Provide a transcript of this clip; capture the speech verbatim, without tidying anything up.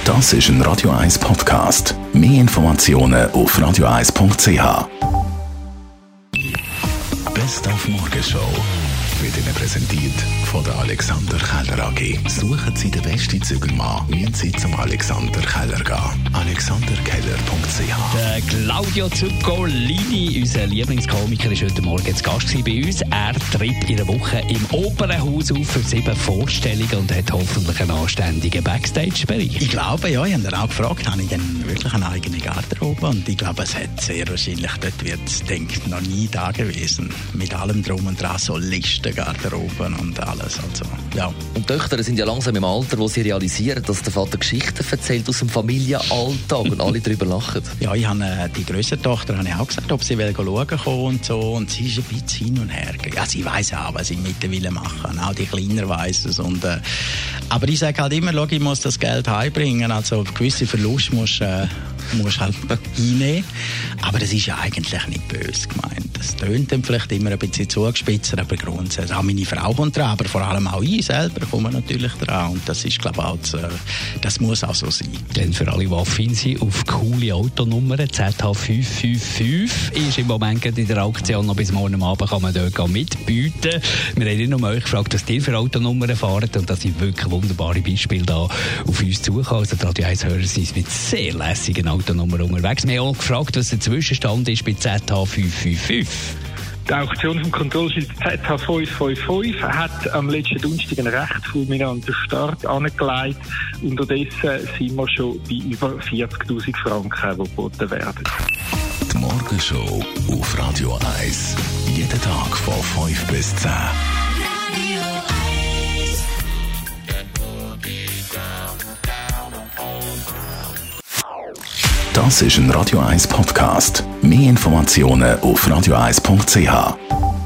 Das ist ein Radio eins Podcast. Mehr Informationen auf radio eins punkt c h. Best auf Morgenshow wird Ihnen präsentiert von der Alexander Keller A G. Suchen Sie den besten Zügelmann, müssen Sie zum Alexander Keller gehen. alexander keller punkt c h. Der Claudio Zuccolini, unser Lieblingskomiker, ist heute Morgen zu Gast bei uns. Er tritt in der Woche im Opernhaus auf für sieben Vorstellungen und hat hoffentlich einen anständigen Backstage-Bereich. Ich glaube, ja, ich habe ihn auch gefragt, habe ich denn wirklich eine eigene Garderobe? Und ich glaube, es hat sehr wahrscheinlich, dort wird es, denke ich, noch nie da gewesen. Mit allem Drum und Dran, so Listen, Garderoben und alles. Also, ja. Und die Töchter sind ja langsam im Alter, wo sie realisieren, dass der Vater Geschichten erzählt aus dem Familienalltag und alle darüber lachen. Ja, ich habe äh, die grössere Tochter habe ich auch gesagt, ob sie will schauen kann und so. Und sie ist ein bisschen hin und her. Ja, sie weiss auch, was ich mittlerweile mache. Auch die Kleiner weiss es. Und, äh, aber ich sage halt immer, ich muss das Geld heimbringen. Also gewisse Verluste musst du äh, musst halt einnehmen. Aber das ist ja eigentlich nicht böse gemeint. Das tönt dann vielleicht immer ein bisschen zugespitzt, aber grundsätzlich auch meine Frau kommt dran, aber vor allem auch ich selber komme natürlich dran. Und das ist, glaube ich, auch das, das muss auch so sein. Denn für alle, die affin sind auf coole Autonummern, Z H fünf fünf fünf ist im Moment in der Auktion, noch bis morgen Abend kann man dort mitbieten. Wir haben nicht nur euch gefragt, was ihr für Autonummern fahrt und dass ihr wirklich wunderbare Beispiele da auf uns zukommen. Also die Radio eins-Hörer sind mit sehr lässigen Autonummern unterwegs. Wir haben auch gefragt, was der Zwischenstand ist bei Z H fünf fünf fünf. Die Auktion vom Kontrollschild Z H fünf fünf fünf hat am letzten Donnerstag einen recht fulminanten Start angelegt. Unterdessen sind wir schon bei über vierzigtausend Franken, die geboten werden. Die Morgenshow auf Radio eins. Jeden Tag von fünf bis zehn. Das ist ein Radio eins Podcast. Mehr Informationen auf radio eins punkt c h.